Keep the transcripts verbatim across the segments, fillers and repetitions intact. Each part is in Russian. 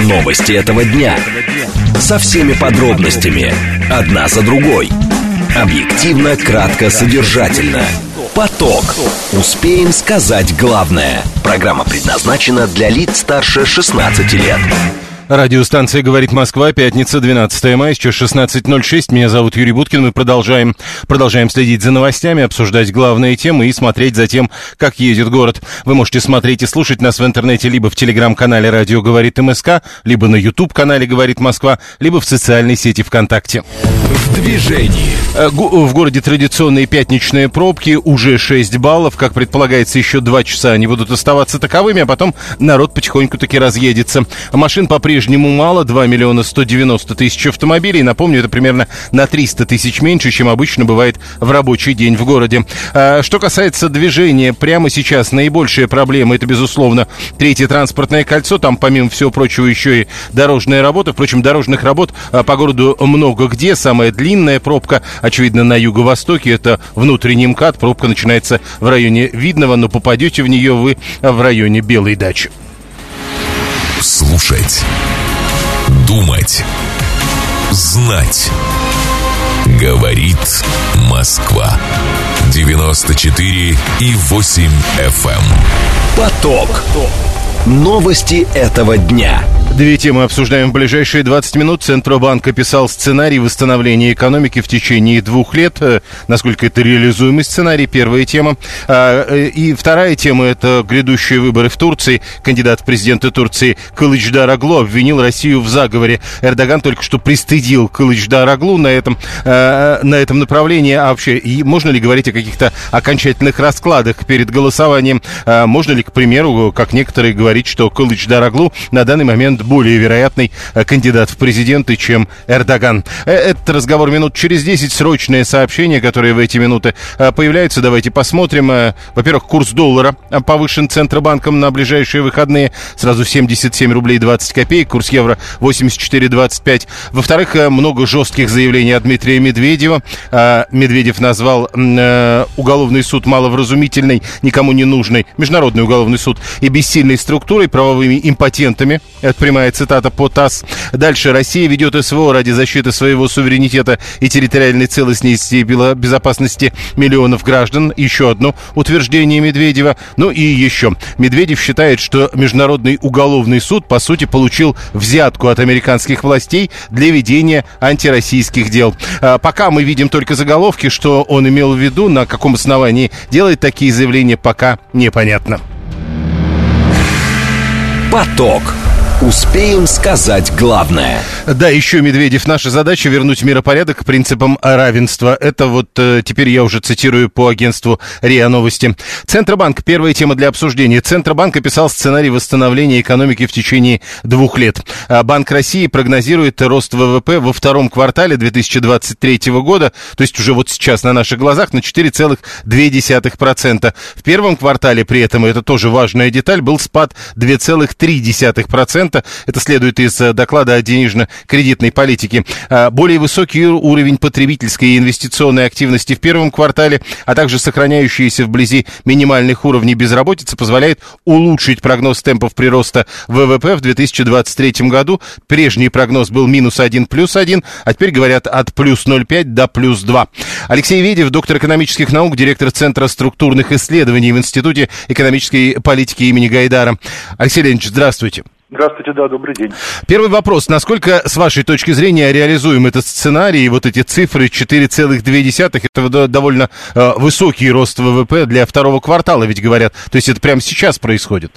Новости этого дня. Со всеми подробностями. Одна за другой. Объективно, кратко, содержательно. Поток. Успеем сказать главное. Программа предназначена для лиц старше шестнадцати лет. Радиостанция «Говорит Москва», пятница, двенадцатое мая, сейчас шестнадцать ноль шесть. Меня зовут Юрий Буткин. Мы продолжаем, продолжаем следить за новостями, обсуждать главные темы и смотреть за тем, как едет город. Вы можете смотреть и слушать нас в интернете либо в телеграм-канале «Радио говорит МСК», либо на YouTube-канале «Говорит Москва», либо в социальной сети ВКонтакте. В движении. В городе традиционные пятничные пробки, уже шесть баллов. Как предполагается, еще два часа они будут оставаться таковыми, а потом народ потихоньку таки разъедется. Машин по-прежнему По-прежнему мало, два миллиона сто девяносто тысяч автомобилей. Напомню, это примерно на триста тысяч меньше, чем обычно бывает в рабочий день в городе. А, что касается движения, прямо сейчас наибольшая проблема — это, безусловно, третье транспортное кольцо. Там, помимо всего прочего, еще и дорожная работа. Впрочем, дорожных работ а, по городу много где. Самая длинная пробка, очевидно, на юго-востоке. Это внутренний МКАД. Пробка начинается в районе Видного, но попадете в нее вы в районе Белой дачи. Слушать, думать, знать. Говорит Москва. девяносто четыре и восемь эф эм. Поток. Новости этого дня. Две темы обсуждаем в ближайшие двадцать минут. Центробанк описал сценарий восстановления экономики в течение двух лет. Насколько это реализуемый сценарий, первая тема. И вторая тема — это грядущие выборы в Турции. Кандидат в президенты Турции Кылычдар Оглу обвинил Россию в заговоре. Эрдоган только что пристыдил Кылычдар Оглу на этом, на этом направлении. А вообще, и можно ли говорить о каких-то окончательных раскладах перед голосованием? Можно ли, к примеру, как некоторые говорить, что Кылычдар Оглу на данный момент более вероятный кандидат в президенты, чем Эрдоган? Этот разговор минут через десять. Срочные сообщения, которые в эти минуты появляются. Давайте посмотрим. Во-первых, курс доллара повышен Центробанком на ближайшие выходные. Сразу семьдесят семь рублей двадцать копеек. Курс евро восемьдесят четыре двадцать пять. Во-вторых, много жестких заявлений от Дмитрия Медведева. Медведев назвал уголовный суд маловразумительной, никому не нужной, Международный уголовный суд, и бессильной структурой, правовыми импотентами. Это прямая цитата по ТАСС. Дальше. Россия ведет СВО ради защиты своего суверенитета и территориальной целостности и безопасности миллионов граждан. Еще одно утверждение Медведева. Ну и еще. Медведев считает, что Международный уголовный суд, по сути, получил взятку от американских властей для ведения антироссийских дел. А пока мы видим только заголовки. Что он имел в виду, на каком основании делает такие заявления, пока непонятно. Поток. Успеем сказать главное. Да, еще Медведев. Наша задача — вернуть миропорядок к принципам равенства. Это вот э, теперь я уже цитирую по агентству РИА Новости. Центробанк. Первая тема для обсуждения. Центробанк описал сценарий восстановления экономики в течение двух лет. Банк России прогнозирует рост ВВП во втором квартале две тысячи двадцать третьего года, то есть уже вот сейчас на наших глазах, на четыре целых две десятых процента. В первом квартале при этом, и это тоже важная деталь, был спад два целых три десятых процента. Это следует из доклада о денежно-кредитной политике. Более высокий уровень потребительской и инвестиционной активности в первом квартале, а также сохраняющиеся вблизи минимальных уровней безработицы позволяет улучшить прогноз темпов прироста ВВП в две тысячи двадцать третьем году. Прежний прогноз был минус один, плюс один, а теперь говорят от плюс ноль целых пять до плюс два. Алексей Ведев, доктор экономических наук, директор Центра структурных исследований в Институте экономической политики имени Гайдара. Алексей Леонидович, здравствуйте. Здравствуйте, да, добрый день. Первый вопрос. Насколько, с вашей точки зрения, реализуем этот сценарий? Вот эти цифры четыре целых две десятых, это довольно э, высокий рост ВВП для второго квартала, ведь говорят. То есть это прямо сейчас происходит?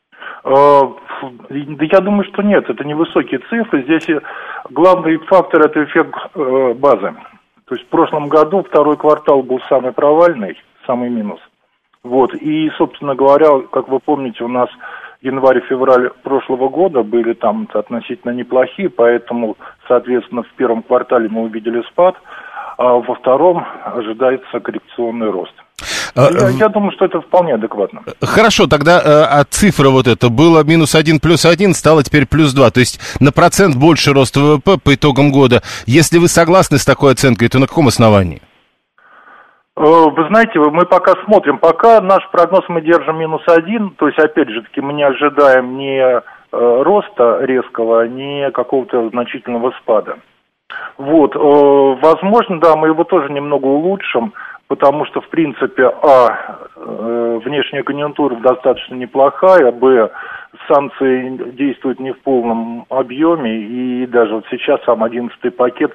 Да я думаю, что нет, это не высокие цифры. Здесь главный фактор – это эффект э, базы. То есть в прошлом году второй квартал был самый провальный, самый минус. Вот. И, собственно говоря, как вы помните, у нас январь-февраль прошлого года были там относительно неплохие, поэтому, соответственно, в первом квартале мы увидели спад, а во втором ожидается коррекционный рост. Я, я думаю, что это вполне адекватно. Хорошо, тогда а цифра вот эта была минус один, плюс один, стала теперь плюс два. То есть на процент больше рост ВВП по итогам года. Если вы согласны с такой оценкой, то на каком основании? Вы знаете, мы пока смотрим, пока наш прогноз мы держим минус один, то есть, опять же таки, мы не ожидаем ни роста резкого, ни какого-то значительного спада. Вот, возможно, да, мы его тоже немного улучшим, потому что, в принципе, а, внешняя конъюнктура достаточно неплохая, б, санкции действуют не в полном объеме, и даже вот сейчас сам одиннадцатый пакет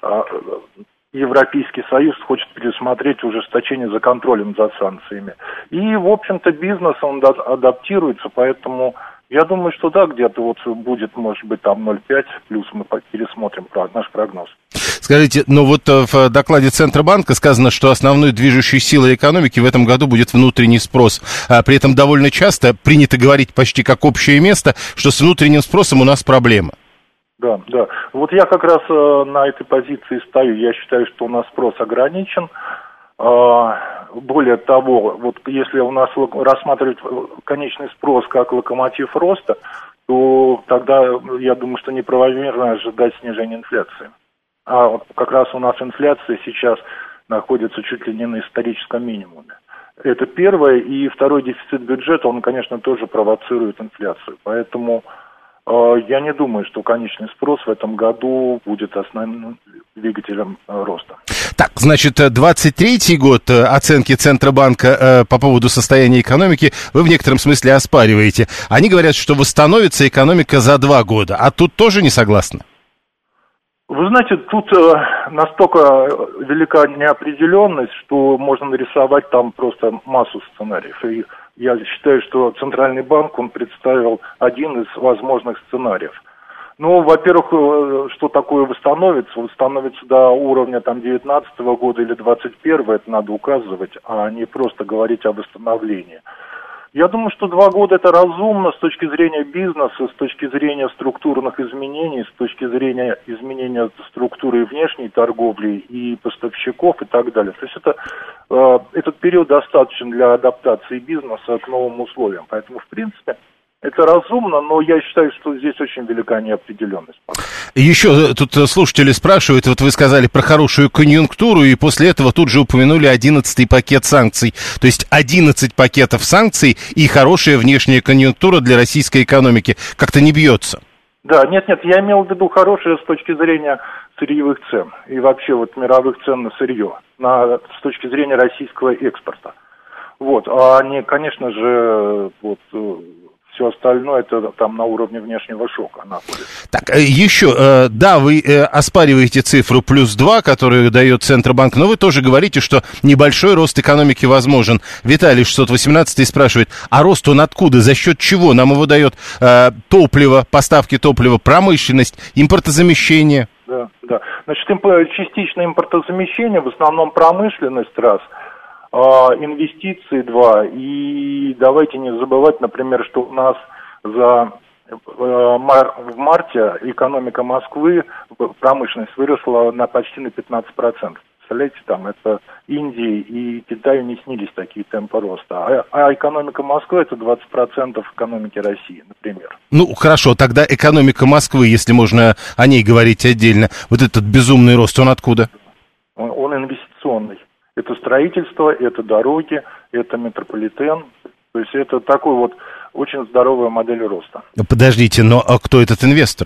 Европейский Союз хочет пересмотреть ужесточение за контролем за санкциями. И, в общем-то, бизнес, он адаптируется, поэтому я думаю, что да, где-то вот будет, может быть, там ноль целых пять, плюс мы пересмотрим наш прогноз. Скажите, ну вот в докладе Центробанка сказано, что основной движущей силой экономики в этом году будет внутренний спрос. А при этом довольно часто принято говорить почти как общее место, что с внутренним спросом у нас проблема. Да, да. Вот я как раз э, на этой позиции стою. Я считаю, что у нас спрос ограничен. Э, более того, вот если у нас рассматривать конечный спрос как локомотив роста, то тогда я думаю, что неправомерно ожидать снижения инфляции. А вот как раз у нас инфляция сейчас находится чуть ли не на историческом минимуме. Это первое. И второй дефицит бюджета, он, конечно, тоже провоцирует инфляцию. Поэтому э, я не думаю, что конечный спрос в этом году будет основным двигателем э, роста. Так, значит, двадцать третий год оценки Центробанка э, по поводу состояния экономики вы в некотором смысле оспариваете. Они говорят, что восстановится экономика за два года. А тут тоже не согласны? Вы знаете, тут э, настолько велика неопределенность, что можно нарисовать там просто массу сценариев. И я считаю, что Центральный банк, он представил один из возможных сценариев. Ну, во-первых, что такое восстановится? Восстановится до уровня там девятнадцатого года или двадцать первого, это надо указывать, а не просто говорить о восстановлении. Я думаю, что два года это разумно с точки зрения бизнеса, с точки зрения структурных изменений, с точки зрения изменения структуры внешней торговли и поставщиков и так далее. То есть это, э, этот период достаточен для адаптации бизнеса к новым условиям. Поэтому, в принципе, это разумно, но я считаю, что здесь очень велика неопределенность. Еще тут слушатели спрашивают, вот вы сказали про хорошую конъюнктуру, и после этого тут же упомянули одиннадцатый пакет санкций. То есть одиннадцать пакетов санкций и хорошая внешняя конъюнктура для российской экономики как-то не бьется. Да, нет-нет, я имел в виду хорошее с точки зрения сырьевых цен и вообще вот мировых цен на сырье, на, с точки зрения российского экспорта. Вот, а они, конечно же, вот... Все остальное это там на уровне внешнего шока находится. Так, еще, да, вы оспариваете цифру плюс два, которую дает Центробанк, но вы тоже говорите, что небольшой рост экономики возможен. Виталий шестьсот восемнадцатый спрашивает, а рост он откуда, за счет чего? Нам его дает э, топливо, поставки топлива, промышленность, импортозамещение? Да, да. Значит, частичное импортозамещение, в основном промышленность, раз – инвестиции два, и давайте не забывать, например, что у нас за в марте экономика Москвы, промышленность выросла на почти на пятнадцать процентов. Представляете, там это Индии и Китаю не снились такие темпы роста. А, а экономика Москвы это двадцать процентов экономики России, например. Ну, хорошо, тогда экономика Москвы, если можно о ней говорить отдельно, вот этот безумный рост, он откуда? Он, он инвестиционный. Это строительство, это дороги, это метрополитен. То есть это такой вот очень здоровая модель роста. Подождите, но а кто этот инвестор?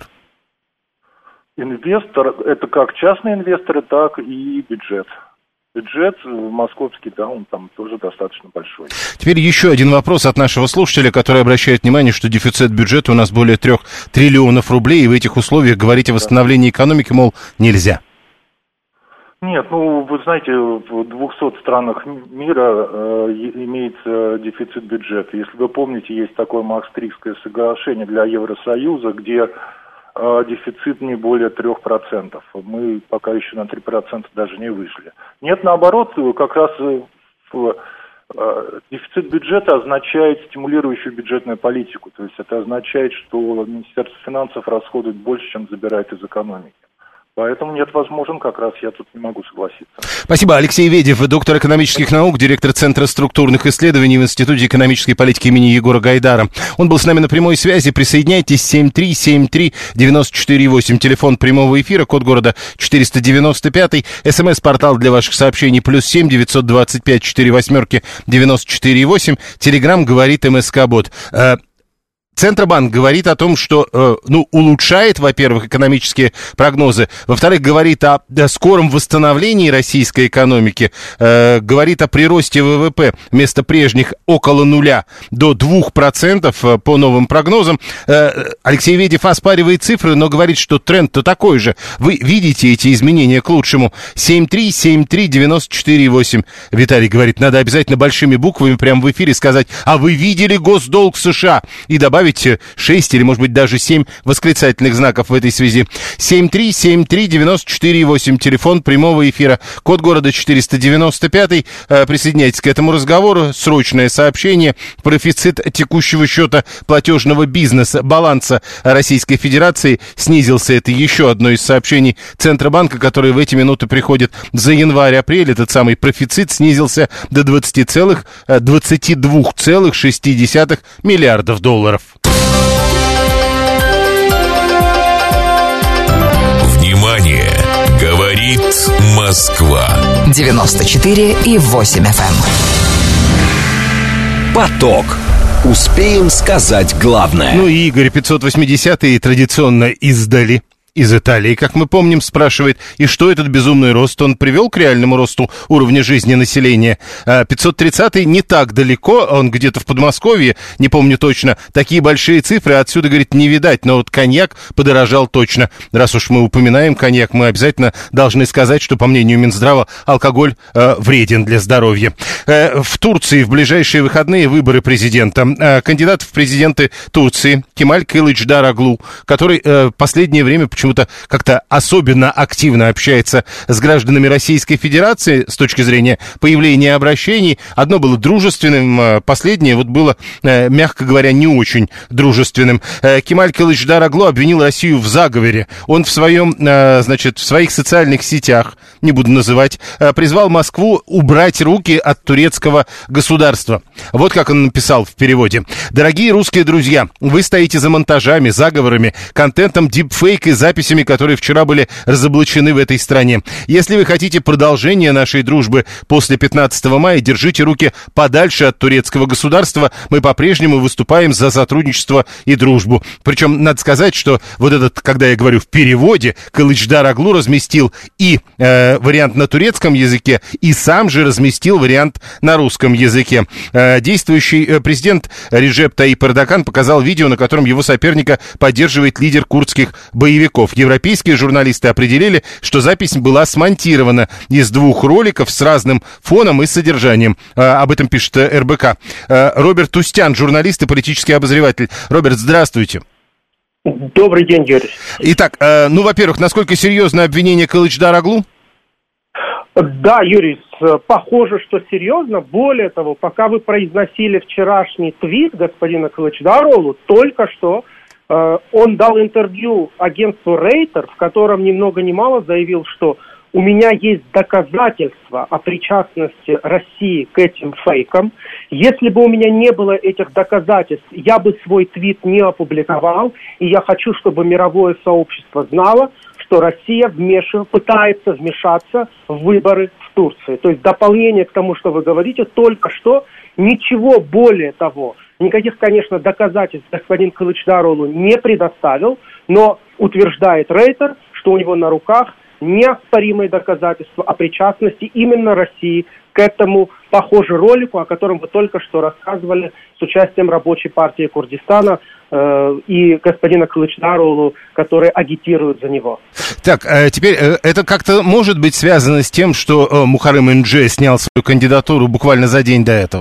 Инвестор, это как частные инвесторы, так и бюджет. Бюджет московский, да, он там тоже достаточно большой. Теперь еще один вопрос от нашего слушателя, который обращает внимание, что дефицит бюджета у нас более трех триллионов рублей, и в этих условиях говорить о восстановлении экономики, мол, нельзя. Нет, ну, вы знаете, в двухсот странах мира э, имеется дефицит бюджета. Если вы помните, есть такое Маастрихтское соглашение для Евросоюза, где э, дефицит не более трех процентов. Мы пока еще на три процента даже не вышли. Нет, наоборот, как раз э, э, дефицит бюджета означает стимулирующую бюджетную политику. То есть это означает, что Министерство финансов расходует больше, чем забирает из экономики. Поэтому нет, возможен, как раз я тут не могу согласиться. Спасибо. Алексей Ведев, доктор экономических наук, директор Центра структурных исследований в Институте экономической политики имени Егора Гайдара. Он был с нами на прямой связи. Присоединяйтесь. семь три семь три девять четыре восемь. Телефон прямого эфира, код города четыреста девяносто пять. СМС-портал для ваших сообщений плюс семь девятьсот двадцать пять четыре восьмерки девяносто четыре восемь. Телеграм говорит МСК-бот. Центробанк говорит о том, что, э, ну, улучшает, во-первых, экономические прогнозы, во-вторых, говорит о, о скором восстановлении российской экономики, э, говорит о приросте ВВП вместо прежних около нуля до двух процентов по новым прогнозам. Э, Алексей Ведев оспаривает цифры, но говорит, что тренд-то такой же. Вы видите эти изменения к лучшему? семь три семь три девяносто четыре восемь. Виталий говорит, надо обязательно большими буквами прямо в эфире сказать, а вы видели госдолг США? И добавить шесть или, может быть, даже семь восклицательных знаков в этой связи. семь три семь три девяносто четыре восемь. Телефон прямого эфира. Код города четыреста девяносто пять. Присоединяйтесь к этому разговору. Срочное сообщение. Профицит текущего счета платежного бизнеса, баланса Российской Федерации снизился. Это еще одно из сообщений Центробанка, которые в эти минуты приходят за январь-апрель. Этот самый профицит снизился до двадцати двух целых шести десятых миллиардов долларов. Внимание! Говорит Москва. девяносто четыре и восемь эф эм. Поток. Успеем сказать главное. Ну и Игорь пятьсот восьмидесятый традиционно издали. Из Италии, как мы помним, спрашивает, и что этот безумный рост, он привел к реальному росту уровня жизни населения? пятьсот тридцатый не так далеко, он где-то в Подмосковье, не помню точно, такие большие цифры отсюда, говорит, не видать, но вот коньяк подорожал точно. Раз уж мы упоминаем коньяк, мы обязательно должны сказать, что, по мнению Минздрава, алкоголь э, вреден для здоровья. Э, в Турции в ближайшие выходные выборы президента. Э, кандидат в президенты Турции Кемаль Кылычдароглу, который э, в последнее время почему почему-то как-то особенно активно общается с гражданами Российской Федерации с точки зрения появления обращений. Одно было дружественным, последнее вот было, мягко говоря, не очень дружественным. Кемаль Кылычдароглу обвинил Россию в заговоре. Он в своем, значит, в своих социальных сетях, не буду называть, призвал Москву убрать руки от турецкого государства. Вот как он написал в переводе. Дорогие русские друзья, вы стоите за монтажами, заговорами, контентом дипфейк и записями, которые вчера были разоблачены в этой стране. Если вы хотите продолжения нашей дружбы после пятнадцатого мая, держите руки подальше от турецкого государства. Мы по-прежнему выступаем за сотрудничество и дружбу. Причем, надо сказать, что вот этот, когда я говорю в переводе, Кылычдароглу разместил и э, вариант на турецком языке, и сам же разместил вариант на русском языке. Э, действующий э, президент Реджеп Таyyip Эрдоган показал видео, на котором его соперника поддерживает лидер курдских боевиков. Европейские журналисты определили, что запись была смонтирована из двух роликов с разным фоном и содержанием. А, об этом пишет эр бэ ка. А, Роберт Устян, журналист и политический обозреватель. Роберт, здравствуйте. Добрый день, Юрий. Итак, а, ну, во-первых, насколько серьезно обвинение Кылычдароглу? Да, Юрий, похоже, что серьезно. Более того, пока вы произносили вчерашний твит господина Кылычдароглу, только что он дал интервью агентству Рейтер, в котором ни много ни мало заявил, что у меня есть доказательства о причастности России к этим фейкам. Если бы у меня не было этих доказательств, я бы свой твит не опубликовал. И я хочу, чтобы мировое сообщество знало, что Россия вмешив... пытается вмешаться в выборы в Турции. То есть дополнение к тому, что вы говорите, только что ничего более того. Никаких, конечно, доказательств господин Кылычдароглу не предоставил, но утверждает Рейтер, что у него на руках неоспоримые доказательства о причастности именно России к этому, похоже, ролику, о котором вы только что рассказывали, с участием рабочей партии Курдистана э, и господина Кылычдароглу, которые агитируют за него. Так, теперь это как-то может быть связано с тем, что Мухаррем Инже снял свою кандидатуру буквально за день до этого?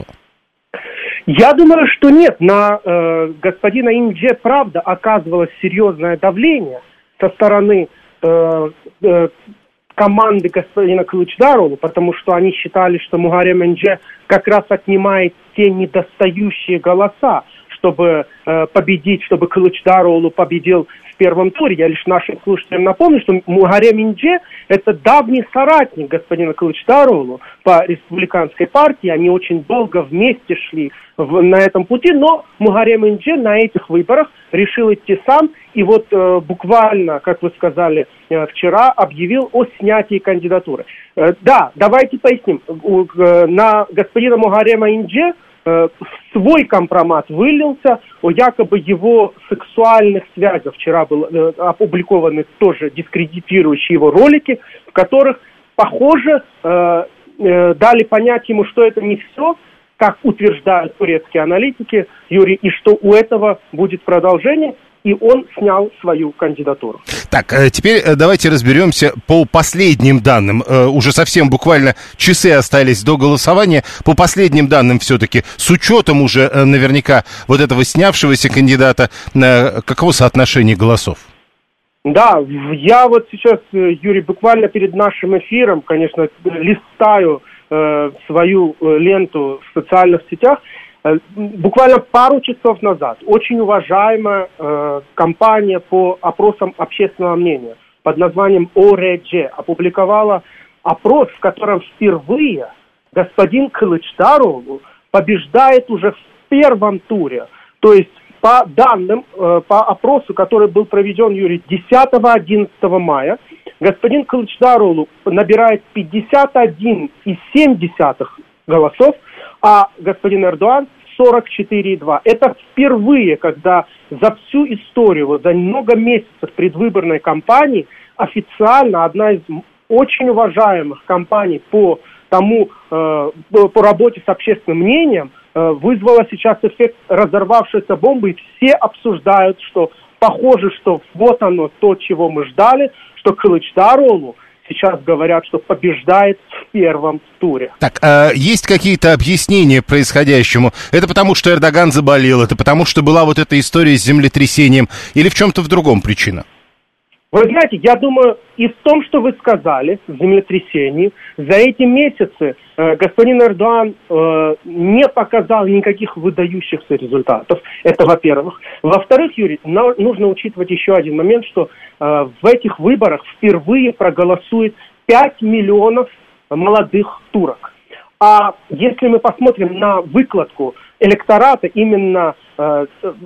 Я думаю, что нет. На э, господина Инже, правда, оказывалось серьезное давление со стороны э, э, команды господина Кылычдароглу, потому что они считали, что Мухаррем Инже как раз отнимает те недостающие голоса, чтобы э, победить, чтобы Кылычдароглу победил в первом туре. Я лишь нашим слушателям напомню, что Мухаррем Инже – это давний соратник господина Кылычдароглу по республиканской партии. Они очень долго вместе шли в, на этом пути, но Мухаррем Инже на этих выборах решил идти сам. И вот э, буквально, как вы сказали, э, вчера объявил о снятии кандидатуры. Э, да, давайте поясним. У, э, на господина Мухаррема Инже э, в свой компромат вылился о якобы его сексуальных связях. Вчера было э, опубликованы тоже дискредитирующие его ролики, в которых, похоже, э, э, дали понять ему, что это не все, как утверждают турецкие аналитики, Юрий, и что у этого будет продолжение, и он снял свою кандидатуру. Так, теперь давайте разберемся по последним данным. Уже совсем буквально часы остались до голосования. По последним данным все-таки, с учетом уже наверняка вот этого снявшегося кандидата, каково соотношение голосов? Да, я вот сейчас, Юрий, буквально перед нашим эфиром, конечно, листаю э, свою ленту в социальных сетях. Буквально пару часов назад очень уважаемая э, компания по опросам общественного мнения под названием о эр джи опубликовала опрос, в котором впервые господин Кылычдароğlu побеждает уже в первом туре. То есть по данным, э, по опросу, который был проведен, Юрий, десятого-одиннадцатого мая, господин Кылычдароğlu набирает пятьдесят один и семь десятых голосов, а господин Эрдоган сорок четыре и два. Это впервые, когда за всю историю, вот за много месяцев предвыборной кампании официально одна из очень уважаемых компаний по тому, э, по работе с общественным мнением, э, вызвала сейчас эффект разорвавшейся бомбы, и все обсуждают, что похоже, что вот оно, то, чего мы ждали, что Кылычдароğlu сейчас говорят, что побеждает в первом туре. Так, э, есть какие-то объяснения происходящему? Это потому, что Эрдоган заболел, это потому, что была вот эта история с землетрясением, или в чем-то в другом причина? Вы знаете, я думаю, и в том, что вы сказали, в землетрясении, за эти месяцы э, господин Эрдоган э, не показал никаких выдающихся результатов. Это во-первых. Во-вторых, Юрий, на, нужно учитывать еще один момент, что э, в этих выборах впервые проголосует пять миллионов молодых турок. А если мы посмотрим на выкладку электората именно э,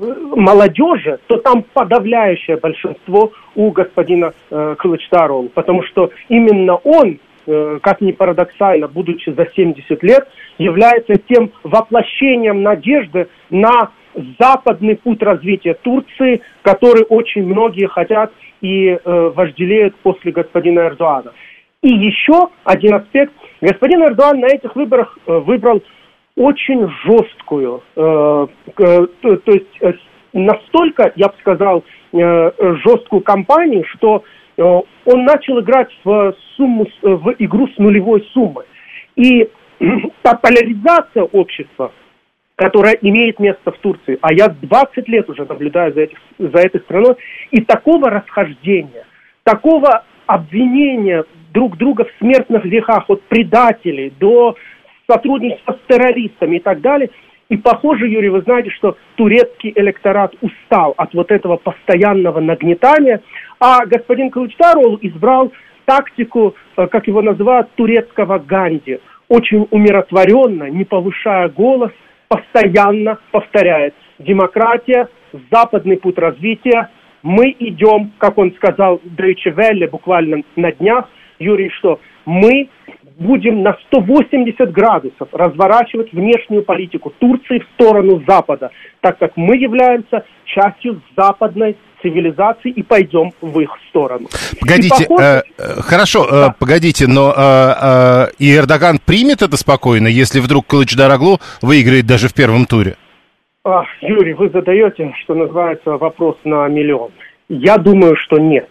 молодежи, то там подавляющее большинство у господина э, Кылычдароğlu, потому что именно он, э, как ни парадоксально, будучи за семьдесят лет, является тем воплощением надежды на западный путь развития Турции, который очень многие хотят и э, вожделеют после господина Эрдогана. И еще один аспект. Господин Эрдоган на этих выборах э, выбрал очень жесткую, э, э, то, то есть э, настолько, я бы сказал, э, жесткую кампанию, что э, он начал играть в, сумму, в игру с нулевой суммой. И та поляризация общества, которая имеет место в Турции, а я двадцать лет уже наблюдаю за, этих, за этой страной, и такого расхождения, такого обвинения друг друга в смертных грехах, от предателей до сотрудничества с террористами и так далее. И похоже, Юрий, вы знаете, что турецкий электорат устал от вот этого постоянного нагнетания, а господин Кылычдароğlu избрал тактику, как его называют, турецкого Ганди. Очень умиротворенно, не повышая голос, постоянно повторяет: демократия, западный путь развития, мы идем, как он сказал Deutsche Welle буквально на днях, Юрий, что мы будем на сто восемьдесят градусов разворачивать внешнюю политику Турции в сторону Запада, так как мы являемся частью западной цивилизации и пойдем в их сторону. Погодите, похоже... э, хорошо, да. э, погодите, но э, э, и Эрдоган примет это спокойно, если вдруг Кылычдароğlu выиграет даже в первом туре? А, Юрий, вы задаете, что называется, вопрос на миллион. Я думаю, что нет.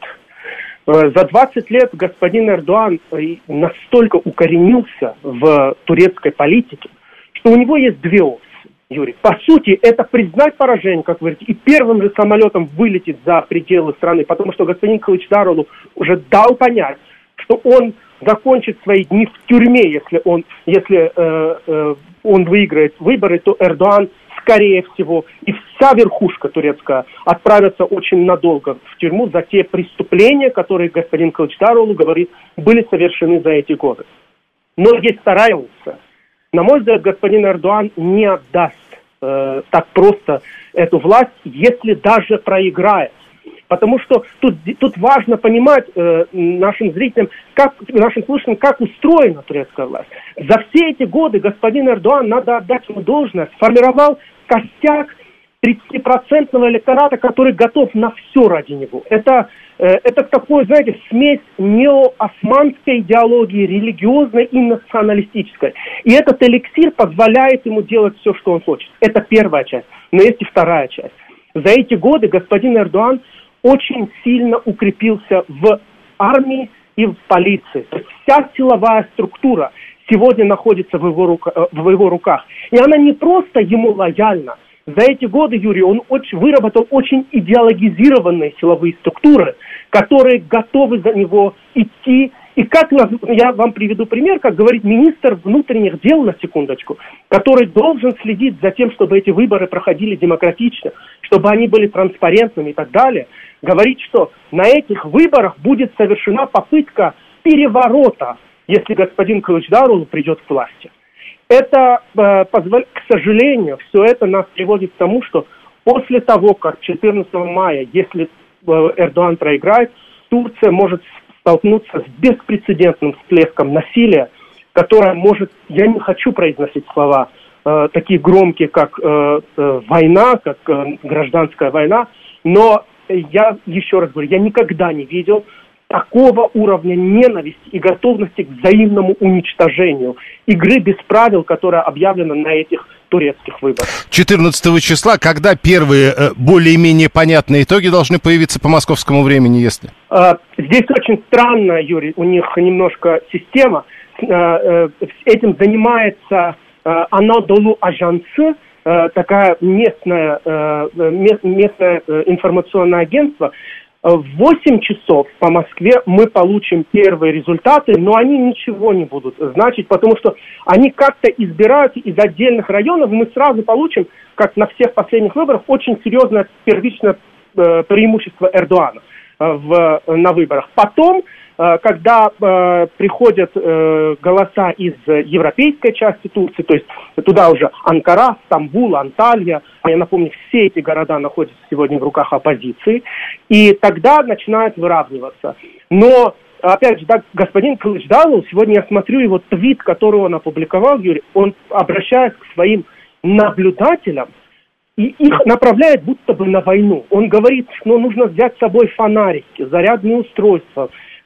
За двадцать лет господин Эрдоган настолько укоренился в турецкой политике, что у него есть две опции, Юрий. По сути, это признать поражение, как вы говорите, и первым же самолетом вылететь за пределы страны, потому что господин Кылычдароğlu уже дал понять, что он закончит свои дни в тюрьме, если он, если, э, э, он выиграет выборы, то Эрдоган, скорее всего, и вся верхушка турецкая отправится очень надолго в тюрьму за те преступления, которые господин Кылычдароğlu говорит, были совершены за эти годы. Но есть вторая опция. На мой взгляд, господин Эрдоган не отдаст э, так просто эту власть, если даже проиграет. Потому что тут, тут важно понимать э, нашим зрителям, как, нашим слушателям, как устроена турецкая власть. За все эти годы господин Эрдоган, надо отдать ему должное, сформировал костяк тридцатипроцентного электората, который готов на все ради него. Это, э, это такой, знаете, смесь неоосманской идеологии, религиозной и националистической. И этот эликсир позволяет ему делать все, что он хочет. Это первая часть. Но есть и вторая часть. За эти годы господин Эрдоган очень сильно укрепился в армии и в полиции. То есть вся силовая структура сегодня находится в его, рука, в его руках. И она не просто ему лояльна. За эти годы, Юрий, он очень, выработал очень идеологизированные силовые структуры, которые готовы за него идти. И как, я вам приведу пример, как говорит министр внутренних дел, на секундочку, который должен следить за тем, чтобы эти выборы проходили демократично, чтобы они были транспарентными и так далее, говорит, что на этих выборах будет совершена попытка переворота, если господин Кылычдароглу придет к власти. Это, э, позволя... к сожалению, все это нас приводит к тому, что после того, как четырнадцатого мая, если э, Эрдоган проиграет, Турция может столкнуться с беспрецедентным всплеском насилия, которое может, я не хочу произносить слова э, такие громкие, как э, э, война, как э, гражданская война, но я еще раз говорю, я никогда не видел такого уровня ненависти и готовности к взаимному уничтожению, игры без правил, которая объявлена на этих турецких выборах. четырнадцатого числа, когда первые э, более-менее понятные итоги должны появиться по московскому времени, если? Э, здесь очень странно, Юрий, у них немножко система. Э, э, этим занимается э, Анадолу Ажансы, э, такая местная, э, местное э, информационное агентство. В восемь часов по Москве мы получим первые результаты, но они ничего не будут значить, потому что они как-то избираются из отдельных районов, и мы сразу получим, как на всех последних выборах, очень серьезное первичное э, преимущество Эрдогана э, в, на выборах. Потом, э, когда э, приходят э, голоса из европейской части Турции, то есть туда уже Анкара, Стамбул, Анталья, я напомню, все эти города находятся сегодня в руках оппозиции, и тогда начинает выравниваться. Но, опять же, да, господин Кылычдароглу, сегодня я смотрю его твит, который он опубликовал, Юрий, он, обращаясь к своим наблюдателям, и их направляет будто бы на войну. Он говорит, что нужно взять с собой фонарики, зарядные устройства,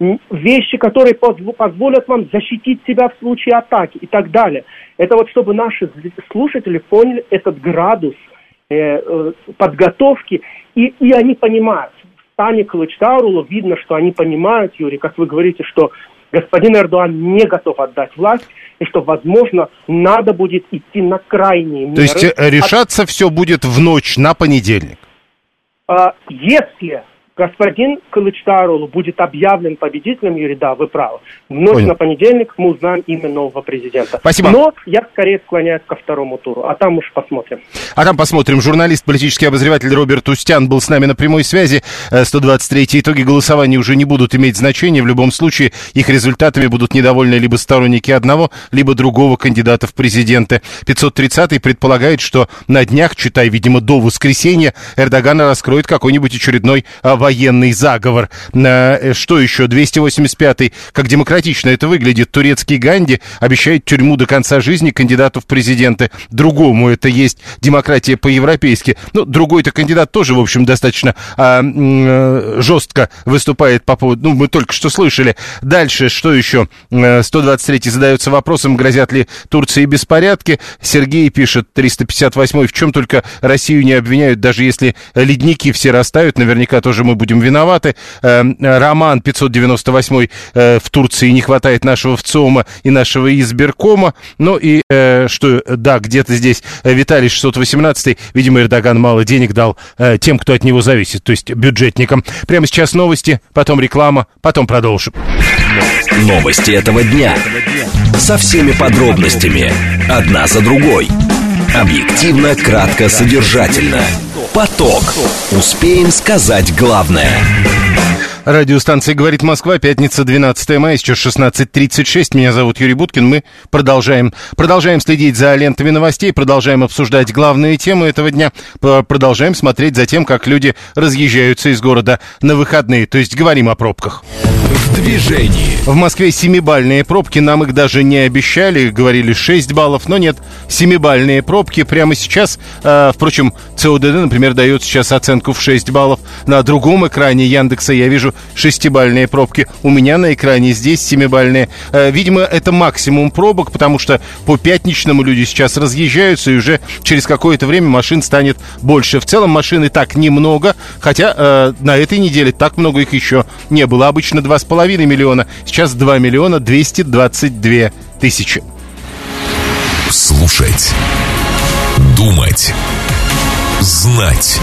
вещи, которые позволят вам защитить себя в случае атаки и так далее. Это вот чтобы наши слушатели поняли этот градус э, э, подготовки, и, и они понимают. В стане Кылычдароглу видно, что они понимают, Юрий, как вы говорите, что господин Эрдоган не готов отдать власть, и что, возможно, надо будет идти на крайние меры. То есть решаться От... все будет в ночь на понедельник? А, если господин Кылычдароглу будет объявлен победителем, Юрий, да, вы правы. В ночь Понял. На понедельник мы узнаем имя нового президента. Спасибо. Но я скорее склоняюсь ко второму туру, а там уж посмотрим. А там посмотрим. Журналист, политический обозреватель Роберт Устян был с нами на прямой связи. сто двадцать третьи итоги голосования уже не будут иметь значения. В любом случае, их результатами будут недовольны либо сторонники одного, либо другого кандидата в президенты. пятьсот тридцатый предполагает, что на днях, читай, видимо, до воскресенья, Эрдоган раскроет какой-нибудь очередной военный заговор. Что еще? двести восемьдесят пятый. Как демократично это выглядит. Турецкий Ганди обещает тюрьму до конца жизни кандидату в президенты. Другому это есть демократия по-европейски. Ну, другой-то кандидат тоже, в общем, достаточно а, м, жестко выступает по поводу... Ну, мы только что слышали. Дальше, что еще? сто двадцать третий задается вопросом, грозят ли Турции беспорядки. Сергей пишет, триста пятьдесят восьмой. В чем только Россию не обвиняют, даже если ледники все растают, наверняка тоже мы будем виноваты. Роман пятьсот девяносто восьмой. В Турции не хватает нашего ВЦИОМа и нашего избиркома. Ну и что, да, где-то здесь Виталий шестьсот восемнадцатый. Видимо, Эрдоган мало денег дал тем, кто от него зависит, то есть бюджетникам. Прямо сейчас новости, потом реклама, потом продолжим. Новости этого дня. Со всеми подробностями. Одна за другой. Объективно, кратко, содержательно. Поток. Успеем сказать главное. Радиостанция «Говорит Москва», пятница, двенадцатое мая, сейчас шестнадцать тридцать шесть. Меня зовут Юрий Буткин. Мы продолжаем, продолжаем следить за лентами новостей, продолжаем обсуждать главные темы этого дня, продолжаем смотреть за тем, как люди разъезжаются из города на выходные. То есть говорим о пробках. В движении. В Москве семибальные пробки, нам их даже не обещали, говорили шесть баллов, но нет, семибальные пробки прямо сейчас. Э, впрочем, ЦОДД, например, дает сейчас оценку в шесть баллов. На другом экране Яндекса я вижу шестибальные пробки. У меня на экране здесь семибальные. Э, видимо, это максимум пробок, потому что по пятничному люди сейчас разъезжаются, и уже через какое-то время машин станет больше. В целом машин и так немного, хотя э, на этой неделе так много их еще не было. Обычно два с половиной миллиона, сейчас два миллиона двести двадцать две тысячи. Слушать, думать, знать.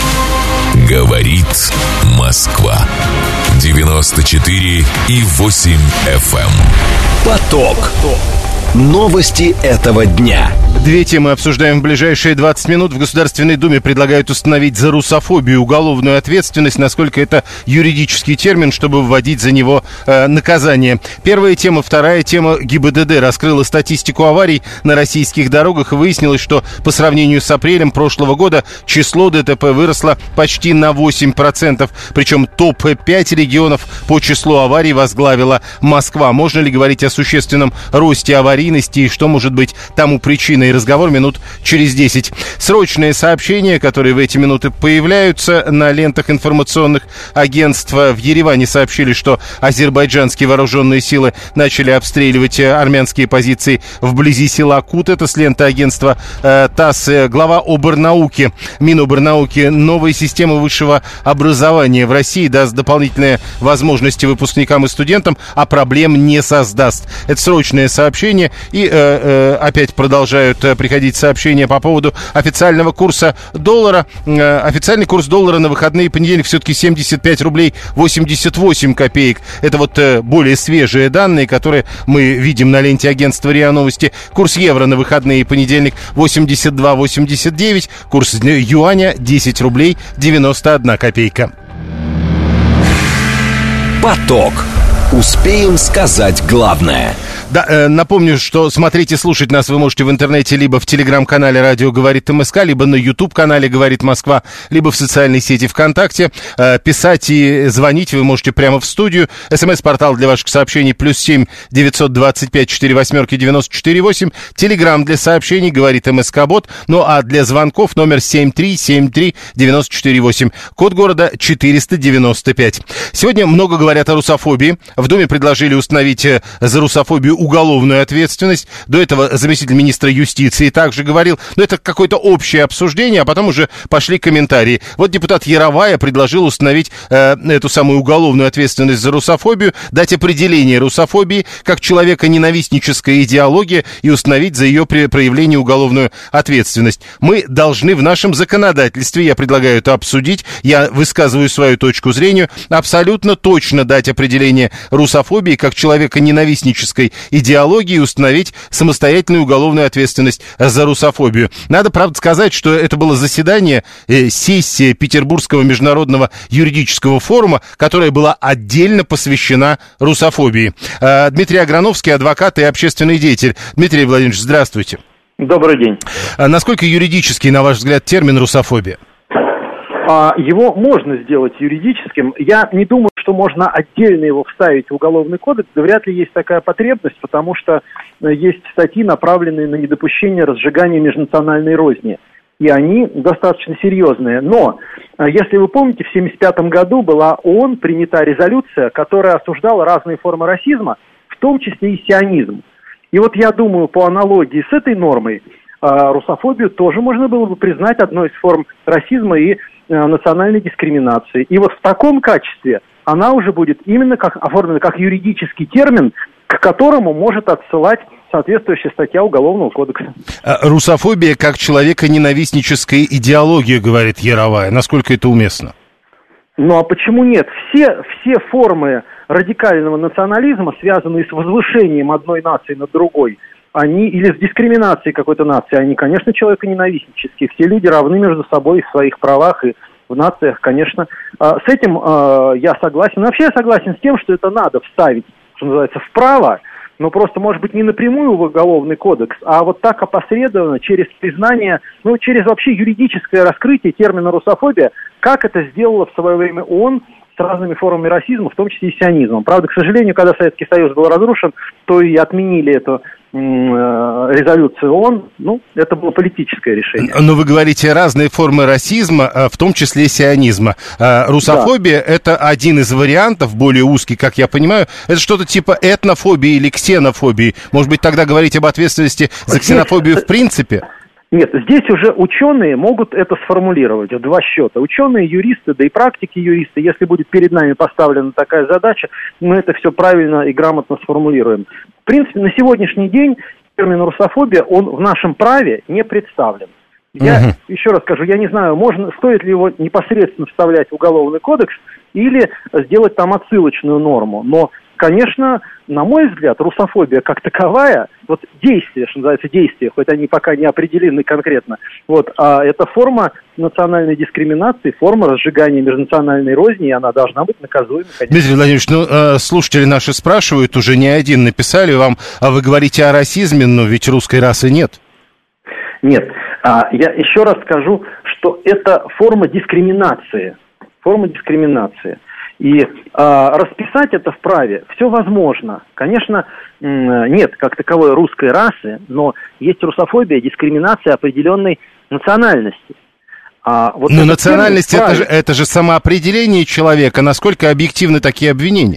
Говорит Москва. девяносто четыре и восемь эф эм. Поток. Новости этого дня. Две темы обсуждаем в ближайшие двадцать минут. В Государственной Думе предлагают установить за русофобию уголовную ответственность, насколько это юридический термин, чтобы вводить за него э, наказание. Первая тема. Вторая тема. ГИБДД раскрыла статистику аварий на российских дорогах, и выяснилось, что по сравнению с апрелем прошлого года число ДТП выросло почти на восемь процентов. Причем топ пять регионов по числу аварий возглавила Москва. Можно ли говорить о существенном росте аварийности и что может быть тому причиной? Разговор минут через десять. Срочные сообщения, которые в эти минуты появляются на лентах информационных агентств. В Ереване сообщили, что азербайджанские вооруженные силы начали обстреливать армянские позиции вблизи села Кут. Это с ленты агентства э, ТАСС. Глава Обернауки, Минобернауки, новая система высшего образования в России даст дополнительные возможности выпускникам и студентам, а проблем не создаст. Это срочное сообщение. И э, э, опять продолжают приходить сообщения по поводу официального курса доллара. Э, официальный курс доллара на выходные понедельник все-таки семьдесят пять рублей восемьдесят восемь копеек. Это вот э, более свежие данные, которые мы видим на ленте агентства РИА Новости. Курс евро на выходные понедельник восемьдесят два восемьдесят девять. Курс юаня десять рублей девяносто одна копейка. Поток. Успеем сказать главное. Да, э, напомню, что смотреть и слушать нас вы можете в интернете либо в телеграм-канале «Радио говорит МСК», либо на YouTube-канале «Говорит Москва», либо в социальной сети ВКонтакте. Э, писать и звонить вы можете прямо в студию. СМС-портал для ваших сообщений плюс семь девятьсот двадцать пять четыре восьмерки девяносто четыре восемь. Телеграм для сообщений «Говорит МСК-бот». Ну а для звонков номер семь три семь три девяносто четыре восемь. Код города четыреста девяносто пять. Сегодня много говорят о русофобии. В Думе предложили установить за русофобию уголовную ответственность. До этого заместитель министра юстиции также говорил. Но это какое-то общее обсуждение, а потом уже пошли комментарии. Вот депутат Яровая предложил установить э, эту самую уголовную ответственность за русофобию, дать определение русофобии как человеконенавистническая идеология и установить за ее проявление уголовную ответственность. Мы должны в нашем законодательстве, я предлагаю это обсудить, я высказываю свою точку зрения, абсолютно точно дать определение русофобии как человеконенавистнической идеологии и установить самостоятельную уголовную ответственность за русофобию. Надо, правда, сказать, что это было заседание, э, сессия Петербургского международного юридического форума, которая была отдельно посвящена русофобии. Э, Дмитрий Аграновский, адвокат и общественный деятель. Дмитрий Владимирович, здравствуйте. Добрый день. А насколько юридический, на ваш взгляд, термин русофобия? Его можно сделать юридическим. Я не думаю, что можно отдельно его вставить в Уголовный кодекс. Да вряд ли есть такая потребность, потому что есть статьи, направленные на недопущение разжигания межнациональной розни. И они достаточно серьезные. Но, если вы помните, в семьдесят пятом году была ООН принята резолюция, которая осуждала разные формы расизма, в том числе и сионизм. И вот я думаю, по аналогии с этой нормой, русофобию тоже можно было бы признать одной из форм расизма и национальной дискриминации. И вот в таком качестве она уже будет именно как оформлена как юридический термин, к которому может отсылать соответствующая статья Уголовного кодекса. Русофобия как человеконенавистническая идеология, говорит Яровая. Насколько это уместно? Ну а почему нет? Все, все формы радикального национализма, связанные с возвышением одной нации над другой, они, или с дискриминацией какой-то нации, они, конечно, человеконенавистнические. Все люди равны между собой в своих правах и в нациях, конечно. С этим я согласен. Но вообще я согласен с тем, что это надо вставить, что называется, вправо, но просто, может быть, не напрямую в Уголовный кодекс, а вот так опосредованно, через признание, ну, через вообще юридическое раскрытие термина русофобия, как это сделала в свое время ООН с разными формами расизма, в том числе и сионизмом. Правда, к сожалению, когда Советский Союз был разрушен, то и отменили эту резолюцию ООН, ну, это было политическое решение. Но вы говорите разные формы расизма, в том числе сионизма. Русофобия да. Это один из вариантов, более узкий, как я понимаю. Это что-то типа этнофобии или ксенофобии. Может быть, тогда говорить об ответственности за ксенофобию в принципе? Нет, здесь уже ученые могут это сформулировать в два счета. Ученые, юристы, да и практики юристы, если будет перед нами поставлена такая задача, мы это все правильно и грамотно сформулируем. В принципе, на сегодняшний день термин русофобия, он в нашем праве не представлен. Я угу. еще раз скажу, я не знаю, можно, стоит ли его непосредственно вставлять в Уголовный кодекс или сделать там отсылочную норму. Но, конечно, на мой взгляд, русофобия как таковая, вот действие, что называется, действие, хоть они пока не определены конкретно, вот, а это форма национальной дискриминации, форма разжигания межнациональной розни, и она должна быть наказуема, конечно. Дмитрий Владимирович, ну, э, слушатели наши спрашивают, уже не один написали вам, а вы говорите о расизме, но ведь русской расы нет. Нет, а, я еще раз скажу, что это форма дискриминации, форма дискриминации. И э, расписать это в праве все возможно. Конечно, э, нет как таковой русской расы, но есть русофобия, дискриминация определенной национальности. А вот но национальность это же, это же самоопределение человека. Насколько объективны такие обвинения?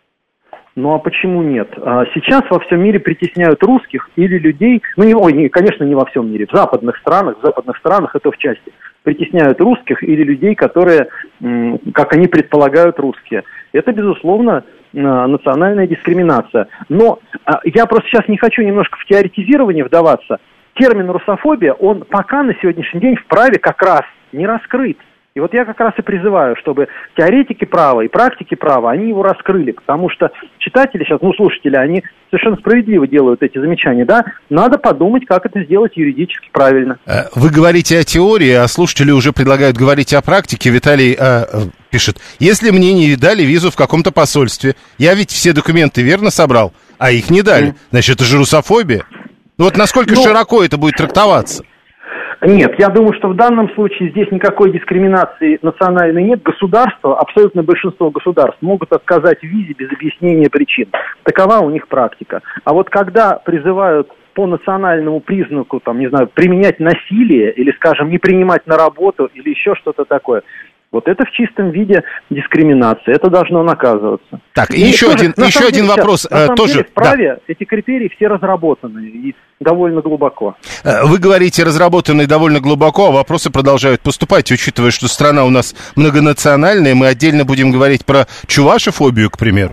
Ну а почему нет? А сейчас во всем мире притесняют русских или людей, ну не, ой, не, конечно, не во всем мире, в западных странах, в западных странах это в части. Притесняют русских или людей, которые, как они предполагают, русские. Это, безусловно, национальная дискриминация. Но я просто сейчас не хочу немножко в теоретизирование вдаваться. Термин русофобия, он пока на сегодняшний день в праве как раз не раскрыт. И вот я как раз и призываю, чтобы теоретики права и практики права, они его раскрыли, потому что читатели сейчас, ну, слушатели, они совершенно справедливо делают эти замечания, да, надо подумать, как это сделать юридически правильно. Вы говорите о теории, а слушатели уже предлагают говорить о практике. Виталий э, пишет, если мне не дали визу в каком-то посольстве, я ведь все документы верно собрал, а их не дали, значит, это же русофобия. Ну вот насколько ну, широко это будет трактоваться? Нет, я думаю, что в данном случае здесь никакой дискриминации национальной нет. Государства, абсолютное большинство государств могут отказать в визе без объяснения причин. Такова у них практика. А вот когда призывают по национальному признаку, там, не знаю, применять насилие или, скажем, не принимать на работу или еще что-то такое, вот это в чистом виде дискриминация. Это должно наказываться. Так, и еще тоже, один, еще один вопрос. Сейчас, на самом тоже, деле, в праве да. эти критерии все разработаны и довольно глубоко. Вы говорите, разработаны довольно глубоко, а вопросы продолжают поступать, учитывая, что страна у нас многонациональная. Мы отдельно будем говорить про чувашофобию, к примеру.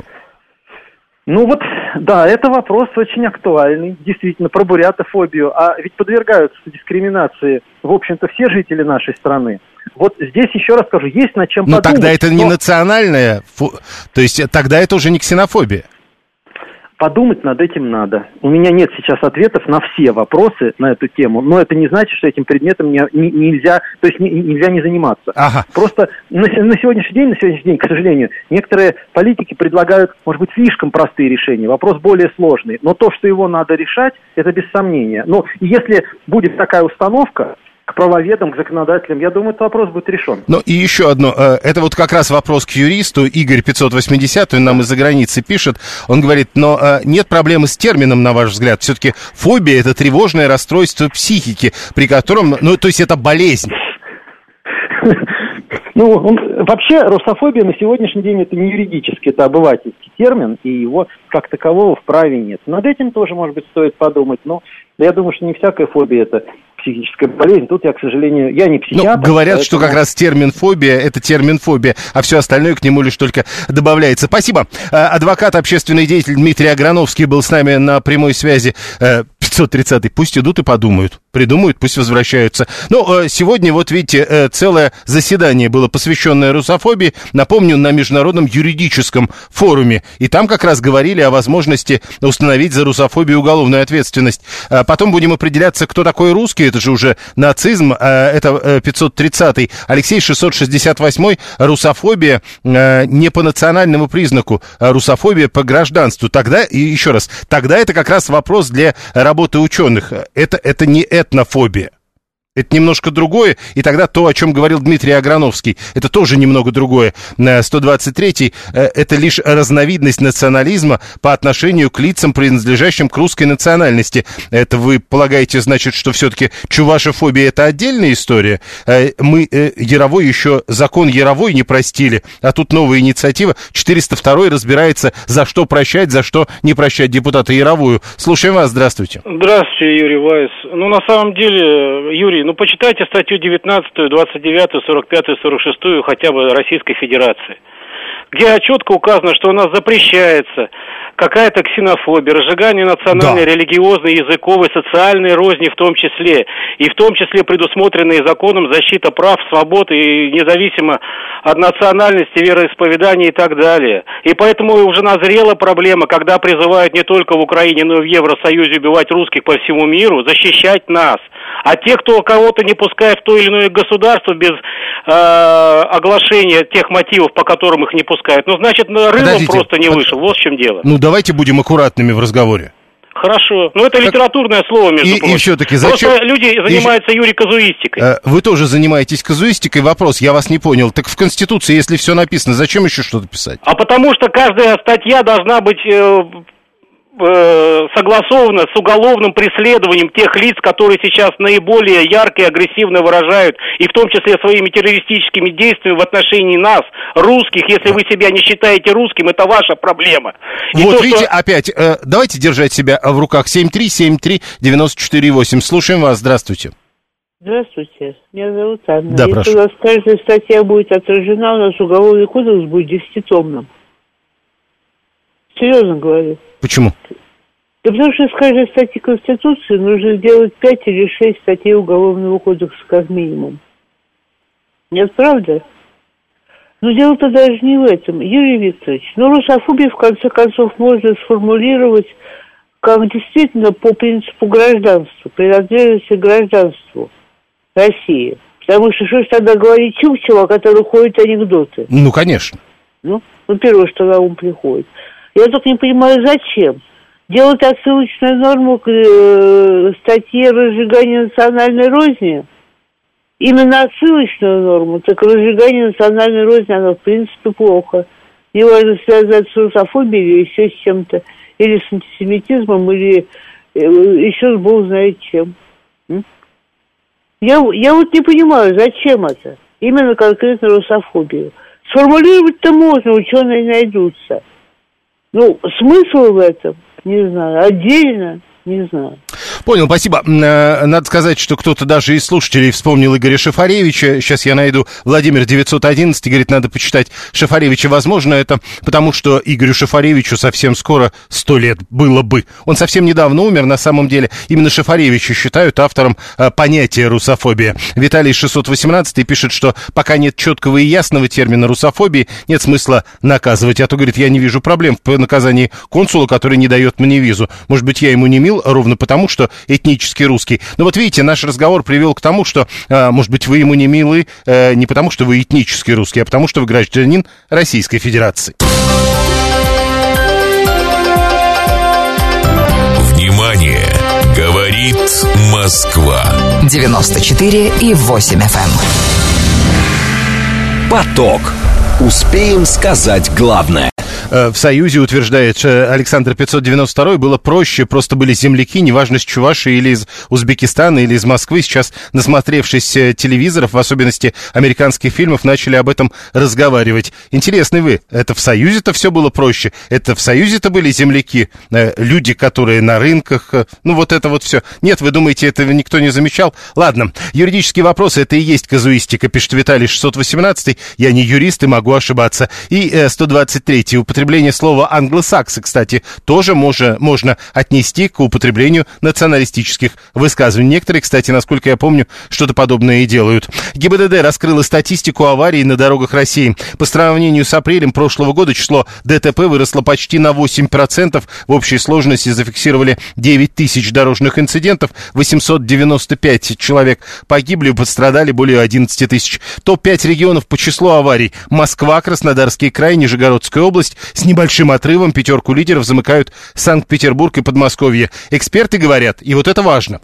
Ну вот, да, это вопрос очень актуальный, действительно, про бурятофобию. А ведь подвергаются дискриминации, в общем-то, все жители нашей страны. Вот здесь еще раз скажу, есть над чем Но подумать. Но тогда это но... не национальная, то есть тогда это уже не ксенофобия. Подумать над этим надо. У меня нет сейчас ответов на все вопросы на эту тему, но это не значит, что этим предметом не, не, нельзя, то есть не, нельзя не заниматься. Ага. Просто на, на сегодняшний день, на сегодняшний день, к сожалению, некоторые политики предлагают, может быть, слишком простые решения. Вопрос более сложный, но то, что его надо решать, это без сомнения. Но если будет такая установка к правоведам, к законодателям, я думаю, этот вопрос будет решен. Ну и еще одно, это вот как раз вопрос к юристу. Игорь пятьсот восемьдесят, он нам из-за границы пишет, он говорит, но нет проблемы с термином, на ваш взгляд, все-таки фобия — это тревожное расстройство психики, при котором, ну то есть это болезнь. Ну, он, вообще, русофобия на сегодняшний день это не юридический, это обывательский термин, и его как такового в праве нет. Над этим тоже, может быть, стоит подумать, но я думаю, что не всякая фобия это психическая болезнь. Тут я, к сожалению, я не психиатр. Ну, говорят, поэтому... что как раз термин фобия — это термин фобия, а все остальное к нему лишь только добавляется. Спасибо. Адвокат, общественный деятель Дмитрий Аграновский был с нами на прямой связи. пятьсот тридцатый, пусть идут и подумают. Придумают, пусть возвращаются. Ну, сегодня, вот видите, целое заседание было посвященное русофобии. Напомню, на Международном юридическом форуме. И там как раз говорили о возможности установить за русофобию уголовную ответственность. Потом будем определяться, кто такой русский. Это же уже нацизм. Это пятьсот тридцатый. Алексей, шестьсот шестьдесят восьмой. Русофобия не по национальному признаку, а русофобия по гражданству. Тогда, и еще раз, тогда это как раз вопрос для работы ученых. Это, это не этнофобия. Это немножко другое, и тогда то, о чем говорил Дмитрий Аграновский, это тоже немного другое. сто двадцать третий – это лишь разновидность национализма по отношению к лицам, принадлежащим к русской национальности. Это вы полагаете, значит, что все-таки чувашофобия – это отдельная история? Мы Яровой еще, закон Яровой не простили, а тут новая инициатива. четыреста второй разбирается, за что прощать, за что не прощать депутата Яровую. Слушаем вас, здравствуйте. Здравствуйте, Юрий Вайс. Ну, на самом деле, Юрий, ну, почитайте статью девятнадцатую, двадцать девятую, сорок пятую, сорок шестую хотя бы Российской Федерации, где четко указано, что у нас запрещается какая-то ксенофобия, разжигание национальной, да. религиозной, языковой, социальной розни в том числе, и в том числе предусмотренные законом защита прав, свобод и независимо от национальности, вероисповедания и так далее. И поэтому уже назрела проблема, когда призывают не только в Украине, но и в Евросоюзе убивать русских по всему миру, защищать нас. А те, кто кого-то не пускает в то или иное государство без э, оглашения тех мотивов, по которым их не пускают, ну, значит, рылом просто не вышел. Вот в чем дело. Ну, давайте будем аккуратными в разговоре. Хорошо. Ну, это литературное так... слово, между и, прочим. И все-таки зачем... Просто люди занимаются, и... Юрий, казуистикой. Вы тоже занимаетесь казуистикой. Вопрос, я вас не понял. Так в Конституции, если все написано, зачем еще что-то писать? А потому что каждая статья должна быть... Э... согласовано с уголовным преследованием тех лиц, которые сейчас наиболее ярко и агрессивно выражают, и в том числе своими террористическими действиями в отношении нас, русских. Если вы себя не считаете русским, это ваша проблема. И вот то, видите, что... опять, э, давайте держать себя в руках. семь три семь три девяносто четыре восемь. Слушаем вас, здравствуйте. Здравствуйте, меня зовут Анна. Да, Если прошу. у нас каждая статья будет отражена, у нас уголовный кодекс будет десятитомным. Серьезно говорю. Почему? Да потому что из каждой статьи Конституции нужно сделать пять или шесть статей Уголовного кодекса как минимум. Нет, правда? Но дело-то даже не в этом. Юрий Викторович, ну, русофобию, в конце концов, можно сформулировать как действительно по принципу гражданства, принадлежности к гражданству России. Потому что что ж тогда говорить чукчево, о котором ходят анекдоты? Ну, конечно. Ну, ну, первое, что на ум приходит. Я только не понимаю, зачем делать отсылочную норму к э, статье разжигания национальной розни. Именно отсылочную норму, так разжигание национальной розни, оно в принципе плохо. Неважно, связать с русофобией или еще с чем-то, или с антисемитизмом, или э, еще с бог знает чем. М? Я, я вот не понимаю, зачем это? Именно конкретно русофобию. Сформулировать-то можно, ученые найдутся. Ну, смысл в этом, не знаю, отдельно, не знаю. Понял, спасибо. Надо сказать, что кто-то даже из слушателей вспомнил Игоря Шафаревича. Сейчас я найду. Владимир девятьсот одиннадцать говорит, надо почитать Шафаревича. Возможно, это потому, что Игорю Шафаревичу совсем скоро сто лет было бы. Он совсем недавно умер, на самом деле. Именно Шафаревича считают автором понятия русофобия. Виталий шестьсот восемнадцать пишет, что пока нет четкого и ясного термина русофобии, нет смысла наказывать. А то, говорит, я не вижу проблем в наказании консула, который не дает мне визу. Может быть, я ему не мил, ровно потому, что этнически русский. Но вот видите, наш разговор привел к тому, что, э, может быть, вы ему не милы э, не потому, что вы этнически русский, а потому, что вы гражданин Российской Федерации. Внимание! Говорит Москва. девяносто четыре и восемь эф эм. Поток. Успеем сказать главное. В Союзе, утверждает Александр пятьсот девяносто два, было проще, просто были земляки, неважно, с Чувашии или из Узбекистана, или из Москвы. Сейчас, насмотревшись телевизоров, в особенности американских фильмов, начали об этом разговаривать. Интересный вы, это в Союзе-то все было проще? Это в Союзе-то были земляки, люди, которые на рынках, ну вот это вот все. Нет, вы думаете, этого никто не замечал? Ладно, юридические вопросы, это и есть казуистика, пишет Виталий шестьсот восемнадцать. Я не юрист и могу ошибаться. И сто двадцать три. употребление слова англосаксы, кстати, тоже можно, можно отнести к употреблению националистических высказываний. Некоторые, кстати, насколько я помню, что-то подобное и делают. ГИБДД раскрыла статистику аварий на дорогах России. По сравнению с апрелем прошлого года число ДТП выросло почти на восемь процентов. В общей сложности зафиксировали девять тысяч дорожных инцидентов, восемьсот девяносто пять человек погибли, пострадали более одиннадцать тысяч. топ пять регионов по числу аварий: Москва, Краснодарский край, Нижегородская область. С небольшим отрывом пятерку лидеров замыкают Санкт-Петербург и Подмосковье. Эксперты говорят, и вот это важно,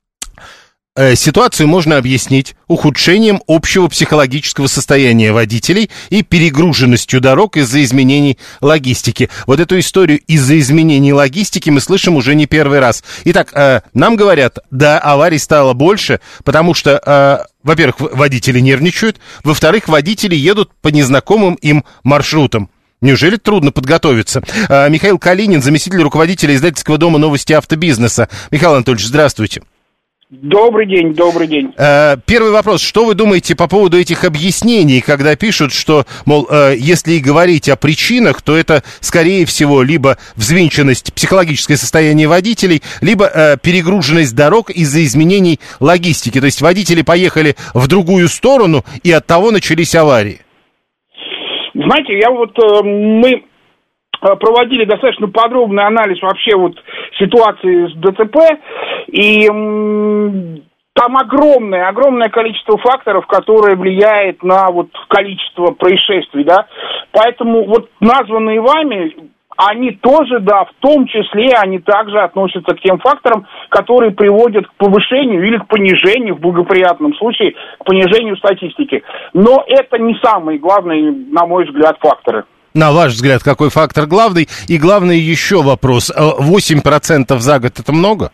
ситуацию можно объяснить ухудшением общего психологического состояния водителей и перегруженностью дорог из-за изменений логистики. Вот эту историю из-за изменений логистики мы слышим уже не первый раз. Итак, э, нам говорят, да, аварий стало больше, потому что, э, во-первых, водители нервничают, во-вторых, водители едут по незнакомым им маршрутам. Неужели трудно подготовиться? Э, Михаил Калинин, заместитель руководителя издательского дома «Новости автобизнеса». Михаил Анатольевич, здравствуйте. Добрый день, добрый день. Э, первый вопрос. Что вы думаете по поводу этих объяснений, когда пишут, что, мол, э, если и говорить о причинах, то это, скорее всего, либо взвинченность, психологическое состояние водителей, либо э, перегруженность дорог из-за изменений логистики. То есть водители поехали в другую сторону, и оттого начались аварии. Знаете, я вот, э, мы... проводили достаточно подробный анализ вообще вот ситуации с ДТП, и м, там огромное, огромное количество факторов, которые влияют на вот количество происшествий, да, поэтому вот названные вами, они тоже, да, в том числе, они также относятся к тем факторам, которые приводят к повышению или к понижению, в благоприятном случае, к понижению статистики. Но это не самые главные, на мой взгляд, факторы. На ваш взгляд, какой фактор главный? И главный еще вопрос. восемь процентов за год — это много?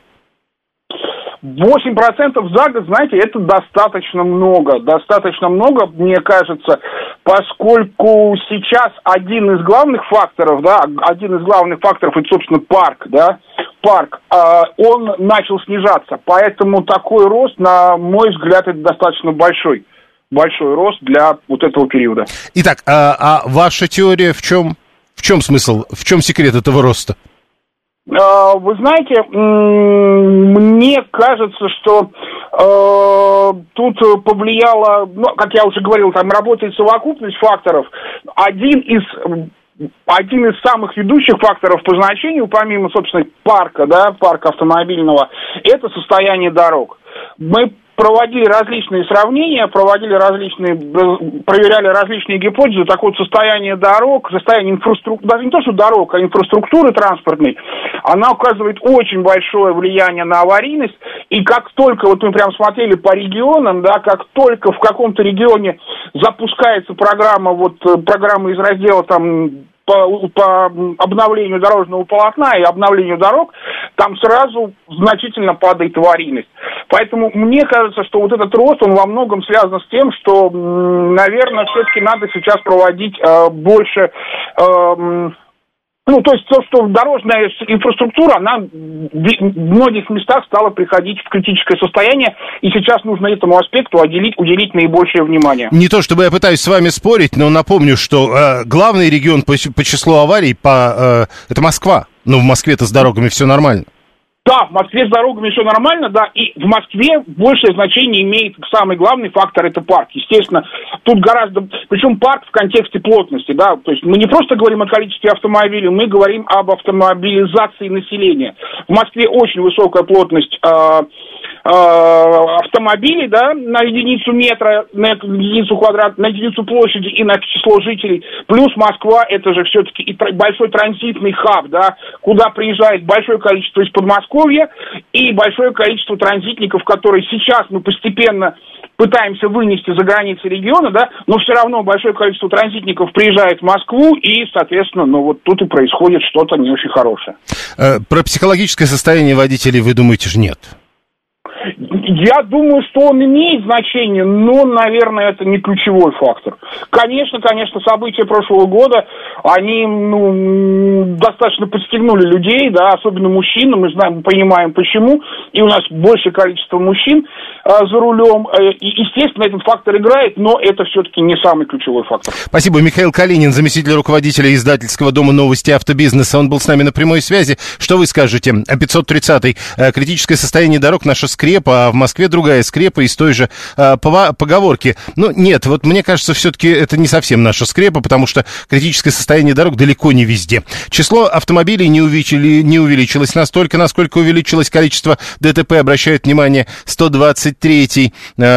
восемь процентов за год, знаете, это достаточно много. Достаточно много, мне кажется, поскольку сейчас один из главных факторов, да, один из главных факторов, это, собственно, парк, да, парк, э, он начал снижаться. Поэтому такой рост, на мой взгляд, это достаточно большой. большой рост для вот этого периода. Итак, а, а ваша теория в чем? В чем смысл? В чем секрет этого роста? А, вы знаете, мне кажется, что э, тут повлияло, ну, как я уже говорил, там работает совокупность факторов. Один из Один из самых ведущих факторов по значению, помимо, собственно, парка, да, парка автомобильного, это состояние дорог. Мы проводили различные сравнения, проводили различные, проверяли различные гипотезы. Так вот, состояние дорог, состояние инфраструктуры, даже не то, что дорог, а инфраструктуры транспортной, она оказывает очень большое влияние на аварийность. И как только, вот мы прям смотрели по регионам, да, как только в каком-то регионе запускается программа, вот программа из раздела там По, по обновлению дорожного полотна и обновлению дорог, там сразу значительно падает аварийность. Поэтому мне кажется, что вот этот рост, он во многом связан с тем, что, наверное, все-таки надо сейчас проводить э, больше... Э, Ну, то есть то, что дорожная инфраструктура, она в многих местах стала приходить в критическое состояние, и сейчас нужно этому аспекту уделить, уделить наибольшее внимание. Не то чтобы я пытаюсь с вами спорить, но напомню, что э, главный регион по, по числу аварий по, э, это Москва. Но в Москве-то с дорогами все нормально. Да, в Москве с дорогами все нормально, да, и в Москве большее значение имеет самый главный фактор — это парк. Естественно, тут гораздо, причем парк в контексте плотности, да, то есть мы не просто говорим о количестве автомобилей, мы говорим об автомобилизации населения. В Москве очень высокая плотность э, автомобилей, да, на единицу метра, на единицу квадрат, на единицу площади и на число жителей. Плюс Москва — это же все-таки и большой транзитный хаб, да, куда приезжает большое количество из Подмосковья и большое количество транзитников, которые сейчас мы постепенно пытаемся вынести за границы региона, да, но все равно большое количество транзитников приезжает в Москву, и, соответственно, ну вот тут и происходит что-то не очень хорошее. Про психологическое состояние водителей вы думаете же нет? Я думаю, что он имеет значение, но, наверное, это не ключевой фактор. Конечно, конечно, события прошлого года, они, ну, достаточно подстегнули людей, да, особенно мужчин, мы знаем, мы понимаем почему, и у нас большее количество мужчин а, за рулем, и, естественно, этот фактор играет, но это все-таки не самый ключевой фактор. Спасибо. Михаил Калинин, заместитель руководителя издательского дома «Новости автобизнеса». Он был с нами на прямой связи. Что вы скажете? пятьсот тридцатый. Критическое состояние дорог — наша скрепа, а в Москве другая скрепа из той же а, поговорки. Ну, нет, вот мне кажется, все-таки это не совсем наша скрепа, потому что критическое состояние дорог далеко не везде. Число автомобилей не, увеличили, не увеличилось настолько, насколько увеличилось количество ДТП. Обращает внимание сто двадцать третий,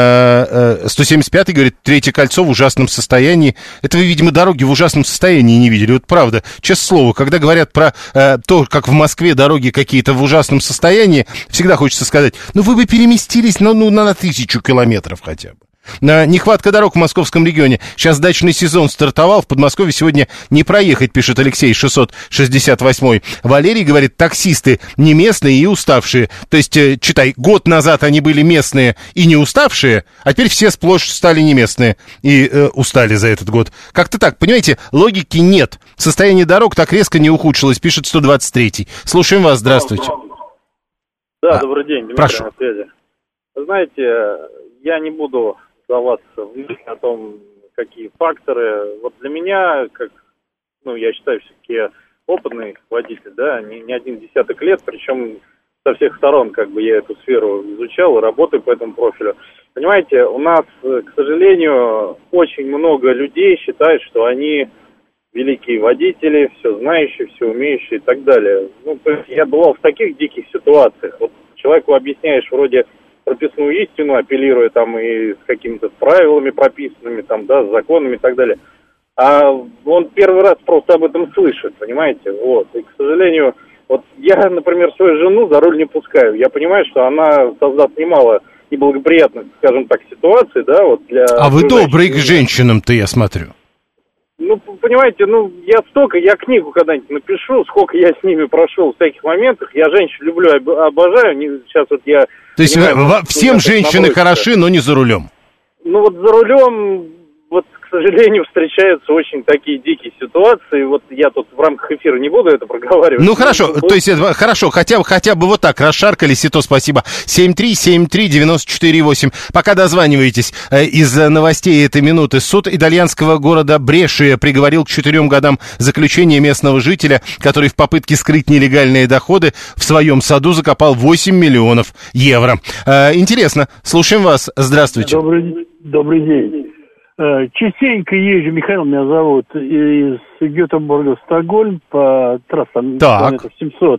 сто семьдесят пятый, говорит, третье кольцо в ужасном состоянии. Это вы, видимо, дороги в ужасном состоянии не видели. Вот правда, честное слово, когда говорят про э, то, как в Москве дороги какие-то в ужасном состоянии, всегда хочется сказать, ну вы бы переместились ну, ну, на тысячу километров хотя бы. Нехватка дорог в московском регионе. Сейчас дачный сезон стартовал. В Подмосковье сегодня не проехать, пишет Алексей, шестьсот шестьдесят восьмой. Валерий говорит, таксисты не местные и уставшие. То есть, читай, год назад они были местные и не уставшие, а теперь все сплошь стали не местные и э, устали за этот год. Как-то так, понимаете, логики нет. Состояние дорог так резко не ухудшилось, пишет сто двадцать третий. Слушаем вас, здравствуйте. Да, а, добрый день, Дмитрий, прошу. На связи. Вы знаете, я не буду вдаваться в мысли о том, какие факторы. Вот для меня, как, ну, я считаю, все-таки опытный водитель, да, не, не один десяток лет, причем со всех сторон, как бы, я эту сферу изучал и работаю по этому профилю. Понимаете, у нас, к сожалению, очень много людей считают, что они великие водители, все знающие, все умеющие и так далее. Ну, то есть я бывал в таких диких ситуациях. Вот человеку объясняешь вроде прописную истину, апеллируя там и с какими-то правилами прописанными, там, да, с законами и так далее. А он первый раз просто об этом слышит, понимаете, вот. И, к сожалению, вот я, например, свою жену за руль не пускаю. Я понимаю, что она создаст немало неблагоприятных, скажем так, ситуаций, да, вот для... А вы добрый к женщинам-то, я смотрю. Ну, понимаете, ну, я столько, я книгу когда-нибудь напишу, сколько я с ними прошел в всяких моментах. Я женщин люблю, обожаю. Не, сейчас вот я... То есть понимаю, всем женщины хороши, но не за рулем? Ну, вот за рулем, вот, к сожалению, встречаются очень такие дикие ситуации. Вот я тут в рамках эфира не буду это проговаривать. Ну, хорошо, то есть, хорошо, хотя бы, хотя бы вот так, расшаркались, и то спасибо. семь три семь три девять четыре восемь. Пока дозваниваетесь, из новостей этой минуты. Суд итальянского города Брешия приговорил к четырем годам заключения местного жителя, который в попытке скрыть нелегальные доходы в своем саду закопал восемь миллионов евро. Интересно, слушаем вас. Здравствуйте. Добрый, добрый день. Частенько езжу, Михаил меня зовут, из Гетеборга в Стокгольм по трассам километров семьсот.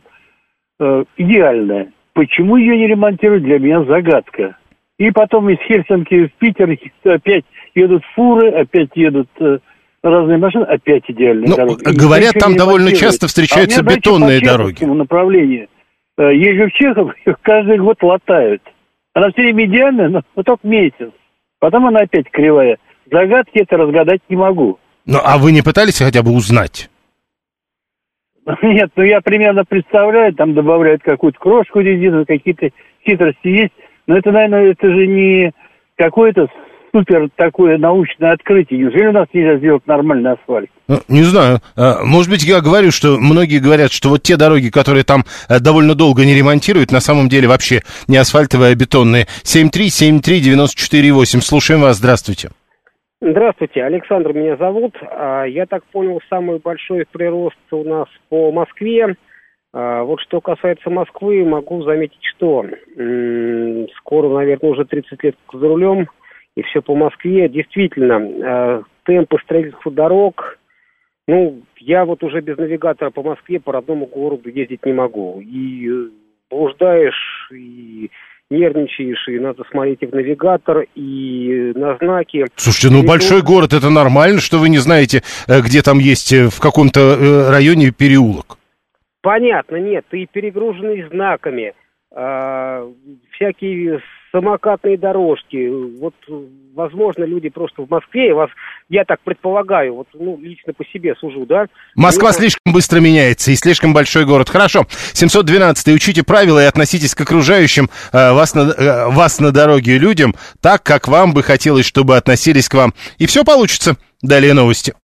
Идеальная. Почему ее не ремонтируют, для меня загадка. И потом из Хельсинки в Питер опять едут фуры, опять едут разные машины, опять идеальные ну, дороги. Говорят, там довольно часто встречаются а бетонные дороги. По направлению. Езжу в Чехов, их каждый год латают. Она все время идеальная, но вот только месяц. Потом она опять кривая. Загадки это разгадать не могу. Ну, а вы не пытались хотя бы узнать? Нет, ну я примерно представляю, там добавляют какую-то крошку резину, какие-то хитрости есть. Но это, наверное, это же не какое-то супер такое научное открытие. Неужели у нас нельзя сделать нормальный асфальт? Ну, не знаю. Может быть, я говорю, что многие говорят, что вот те дороги, которые там довольно долго не ремонтируют, на самом деле вообще не асфальтовые, а бетонные. семь три семь три девять четыре восемь. Слушаем вас. Здравствуйте. Здравствуйте. Александр меня зовут. Я так понял, самый большой прирост у нас по Москве. Вот что касается Москвы, могу заметить, что скоро, наверное, уже тридцать лет за рулем, и все по Москве. Действительно, темпы строительства дорог, ну, я вот уже без навигатора по Москве, по родному городу ездить не могу. И блуждаешь, и нервничаешь, и надо смотреть и в навигатор, и на знаки. Слушайте, ну, и большой то... город, это нормально, что вы не знаете, где там есть в каком-то районе переулок? Понятно, нет, и перегруженный знаками, э, всякие самокатные дорожки. Вот, возможно, люди просто в Москве, вас, я так предполагаю, вот, ну, лично по себе сужу, да? Москва Они... слишком быстро меняется, и слишком большой город. Хорошо, семьсот двенадцать, учите правила и относитесь к окружающим э, вас, на, э, вас на дороге людям так, как вам бы хотелось, чтобы относились к вам. И все получится. Далее новости.